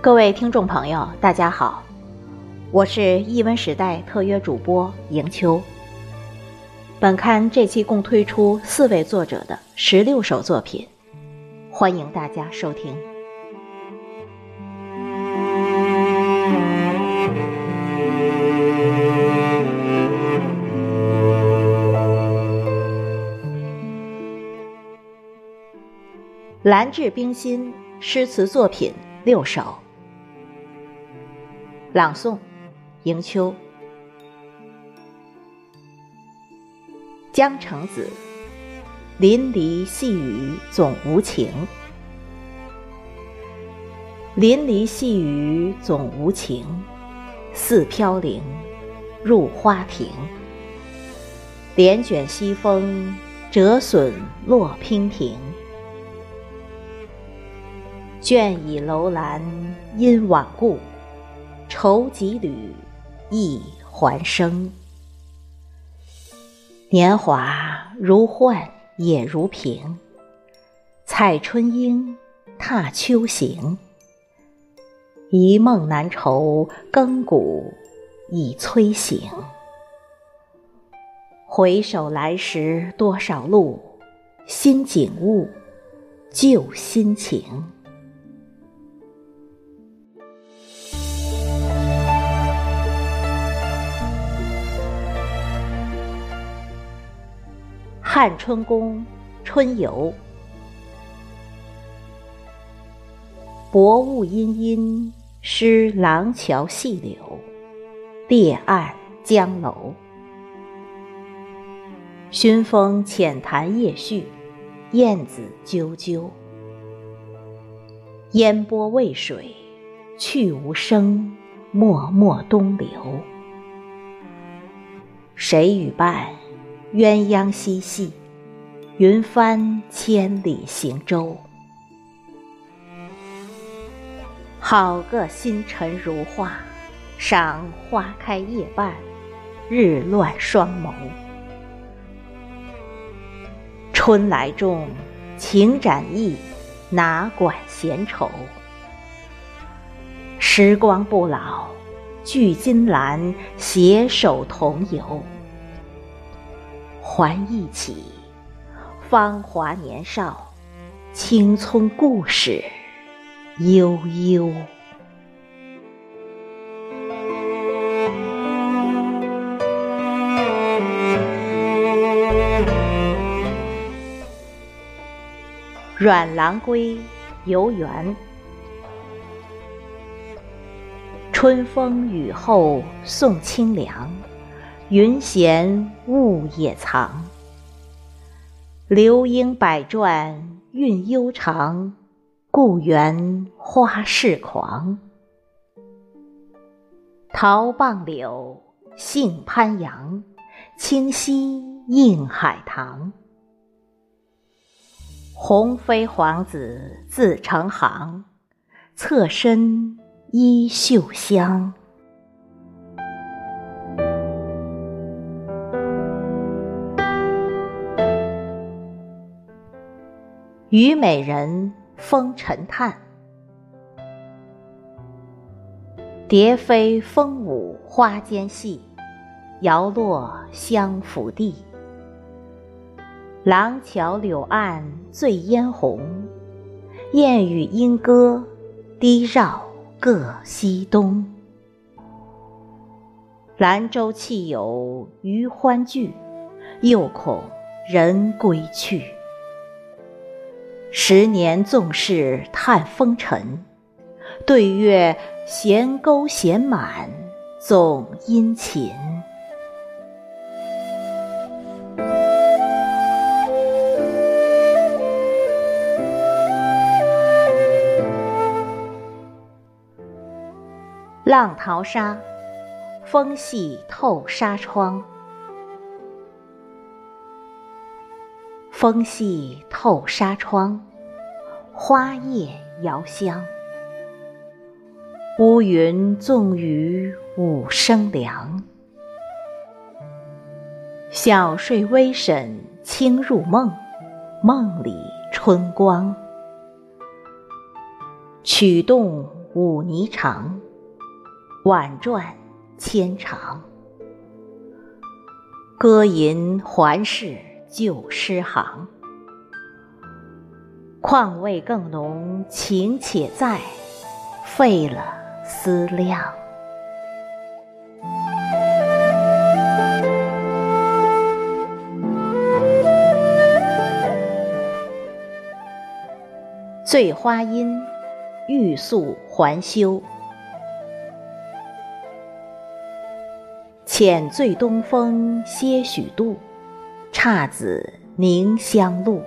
各位听众朋友，大家好，我是译文时代特约主播迎秋。本刊这期共推出4位作者的16首作品，欢迎大家收听。兰至冰心诗词作品6首，朗诵迎秋。江城子，淋漓细雨总无情。淋漓细雨总无情，似飘零入花亭。帘卷西风，折损落娉婷。倦倚楼兰因往故，愁几缕忆还生。年华如幻也如萍，采春英，踏秋行。一梦难酬，更鼓已催醒。回首来时多少路，新景物，旧心情。汉春宫春游。薄雾阴阴，湿廊桥细柳，列岸江楼。熏风浅谈夜絮，燕子啾啾。烟波渭水，去无声，脉脉东流。谁与伴？鸳鸯嬉戏，云帆千里行舟。好个星辰如画，赏花开夜半，日乱双眸。春来中，情展翼，哪管闲愁。时光不老，聚金兰，携手同游。还忆起芳华年少，青葱故事悠悠。阮郎归游园。春风雨后送清凉，云闲雾也藏。流莺百转韵悠长，故园花市狂。桃傍柳，杏攀杨，清溪映海棠。鸿飞皇子自成行，侧身衣袖香。虞美人风尘叹。蝶飞风舞花间戏，摇落相抚地。廊桥柳岸醉嫣红，燕语莺歌，低绕各西东。兰舟弃友余欢聚，又恐人归去。10年纵是叹风尘，对月闲钩闲满总殷勤。浪淘沙，风细透纱窗。风细透纱窗，花叶遥香。乌云纵雨午生凉。小睡微沈轻入梦，梦里春光。曲动五霓裳，婉转千长。歌吟还是旧诗行，况味更浓情且在，费了思量。醉花阴，欲速还休。浅醉东风些许度，姹紫凝香露。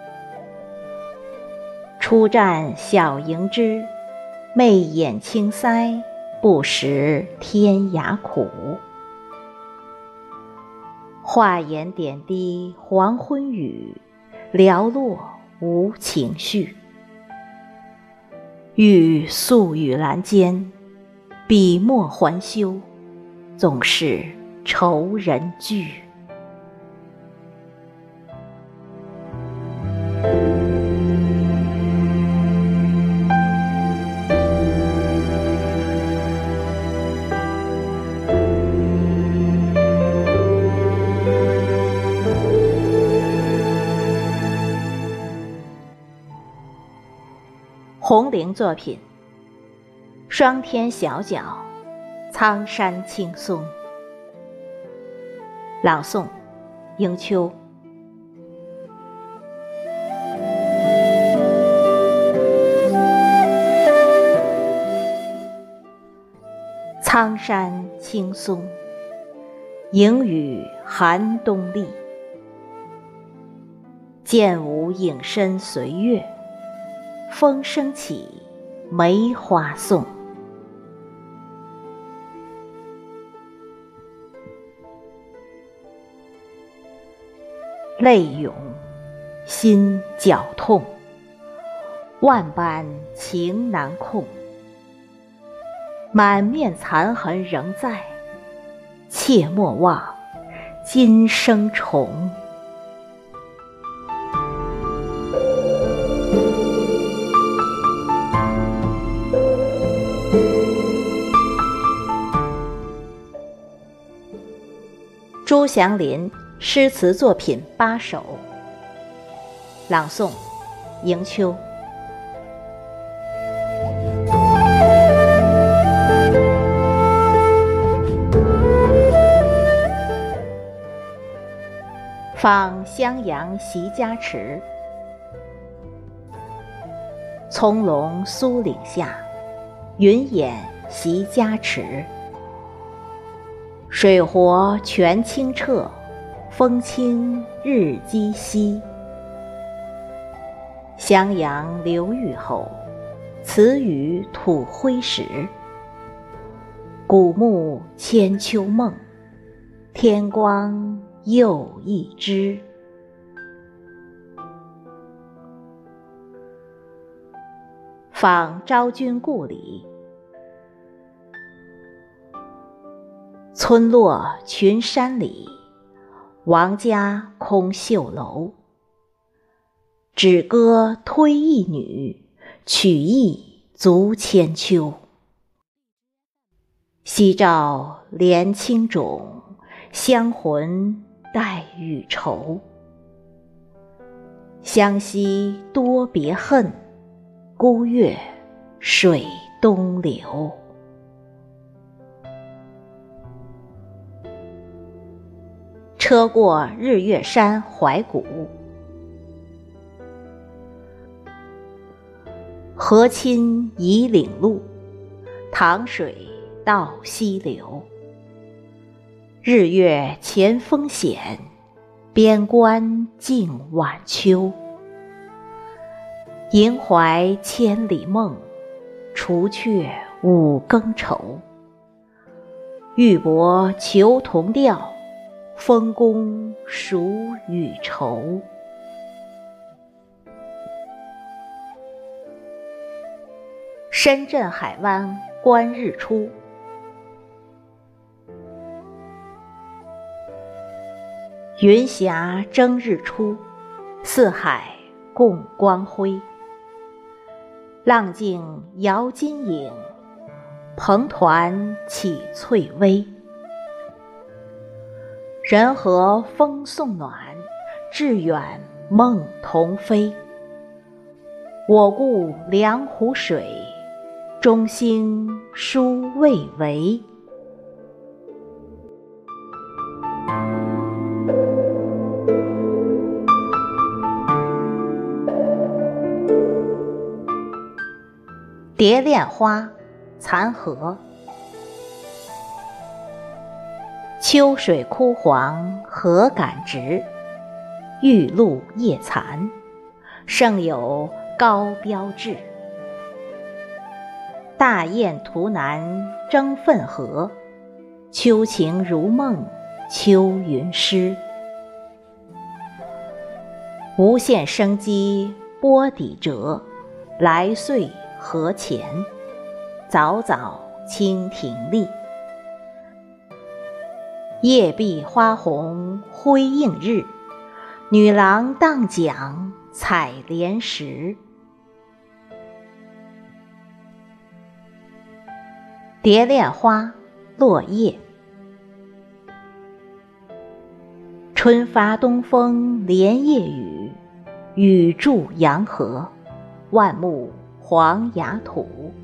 初绽小萤枝，媚眼轻腮，不识天涯苦。画檐点滴黄昏雨，寥落无情绪。欲宿雨阑间，笔墨还休，总是愁人句。红伶作品：霜天小角，苍山青松。朗诵：迎秋。苍山青松，迎雨寒冬立。剑舞影深随月，风声起，梅花送。泪涌，心绞痛，万般情难控。满面残痕仍在，切莫忘今生重。朱祥林诗词作品8首，朗诵：迎秋。访襄阳席家池，葱茏苏岭下，云掩席家池。水活泉清澈，风清日积稀。襄阳流域后，此语吐灰时。古木千秋梦，天光又一枝。访昭君故里，村落群山里，王家空绣楼。只歌推一女，曲意足千秋。夕照怜青冢，香魂带雨愁。湘西多别恨，孤月水东流。车过日月山怀古，河亲夷岭路，塘水到西流。日月前锋显，边关近晚秋。萦怀千里梦，除却五更愁。玉帛求同调，丰功属与酬。深圳海湾观日出，云霞争日出，四海共光辉。 浪静摇金影，蓬团起翠微。人和风送暖，致远梦同飞。我顾梁湖水，中兴殊未为。蝶恋花，残荷。秋水枯黄荷杆直，玉露叶残，胜有高标志。大雁图南争奋合，秋情如梦秋云诗。无限生机波底折，来岁河前，早早蜻蜓立。夜闭花红辉映日，女郎荡桨采莲时。蝶恋花，落叶。春发东风连夜雨，雨筑阳河，万木黄崖土。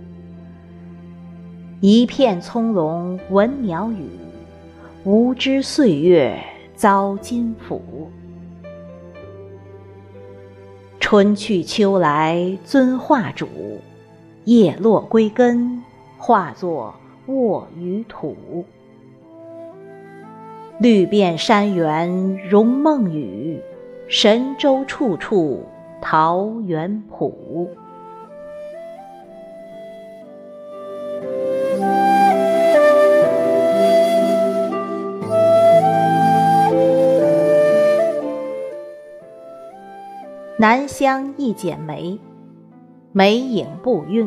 一片葱茏闻鸟语，无知岁月遭金斧。春去秋来遵画主，叶落归根，化作卧于土。绿遍山原容梦雨，神州处处桃源谱。南乡一剪梅，梅影不晕。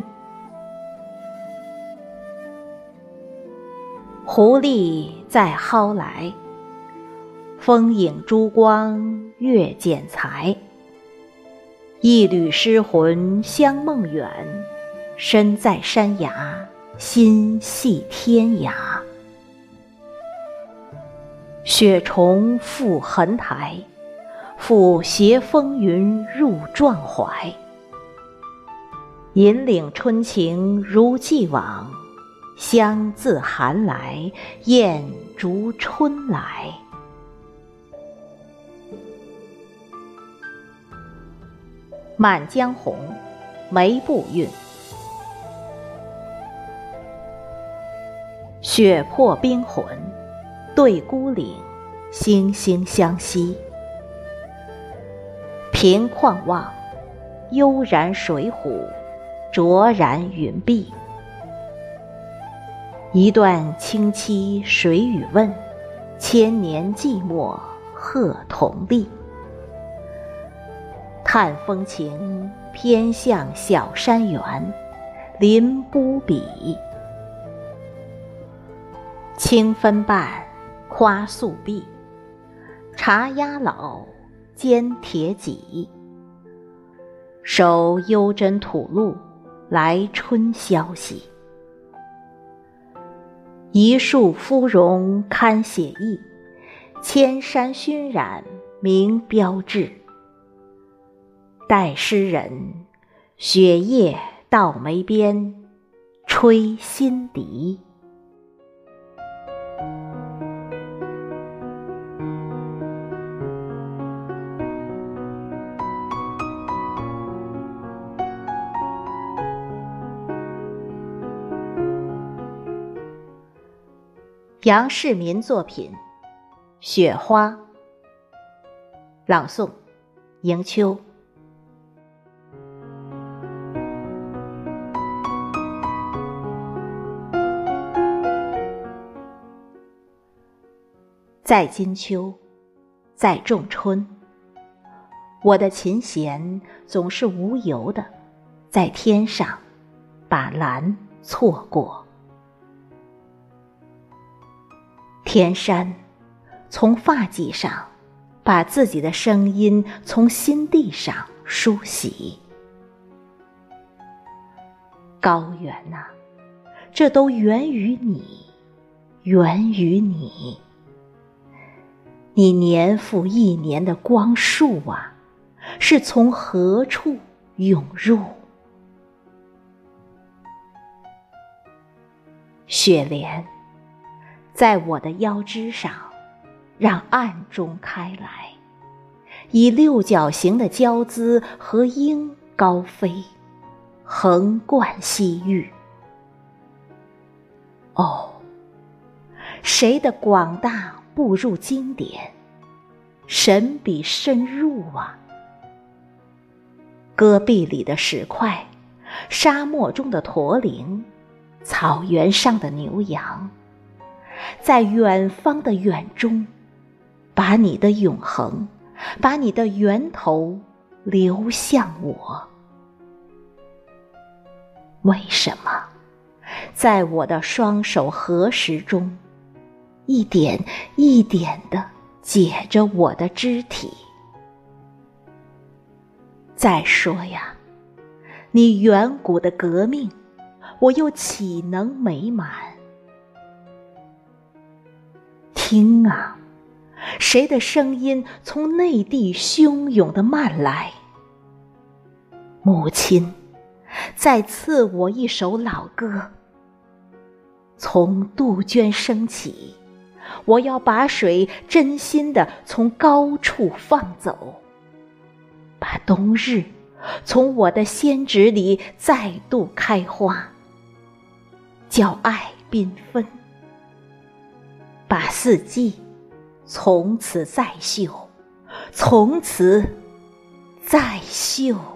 狐狸在蒿来，风影珠光月剪裁。一缕诗魂相梦远，身在山崖心系天涯。雪虫赴痕台，复携风云入壮怀。引领春情如既往，香自寒来，雁逐春来。满江红，梅不晕。雪破冰魂，对孤岭，惺惺相惜。凭旷望，悠然水浒，卓然云碧。一段清凄谁与问，千年寂寞鹤同立。叹风情偏向小山园，临波比。清分半，夸素壁，茶压老，兼铁戟。守幽真吐露，来春消息。一树芙蓉堪写意，千山熏染明标志。待诗人，雪夜到眉边，吹新笛。杨世民作品《雪花》，朗诵迎秋。在金秋，在仲春，我的琴弦总是无由的在天上把蓝错过。天山从发髻上把自己的声音从心地上梳洗。 高原啊，这都源于你，源于你。你年复一年的光束啊，是从何处涌入？雪莲，在我的腰肢上，让暗中开来，以六角形的娇姿和鹰高飞，横贯西域。哦，谁的广大步入经典，神笔深入啊！戈壁里的石块，沙漠中的驼铃，草原上的牛羊，在远方的远中，把你的永恒，把你的源头流向我。为什么在我的双手合十中，一点一点地解着我的肢体？再说呀，你远古的革命，我又岂能美满？听啊，谁的声音从内地汹涌地漫来？母亲，再赐我一首老歌。从杜鹃升起，我要把水真心地从高处放走，把冬日从我的仙指里再度开花，叫爱缤纷，把四季从此再绣，从此再绣。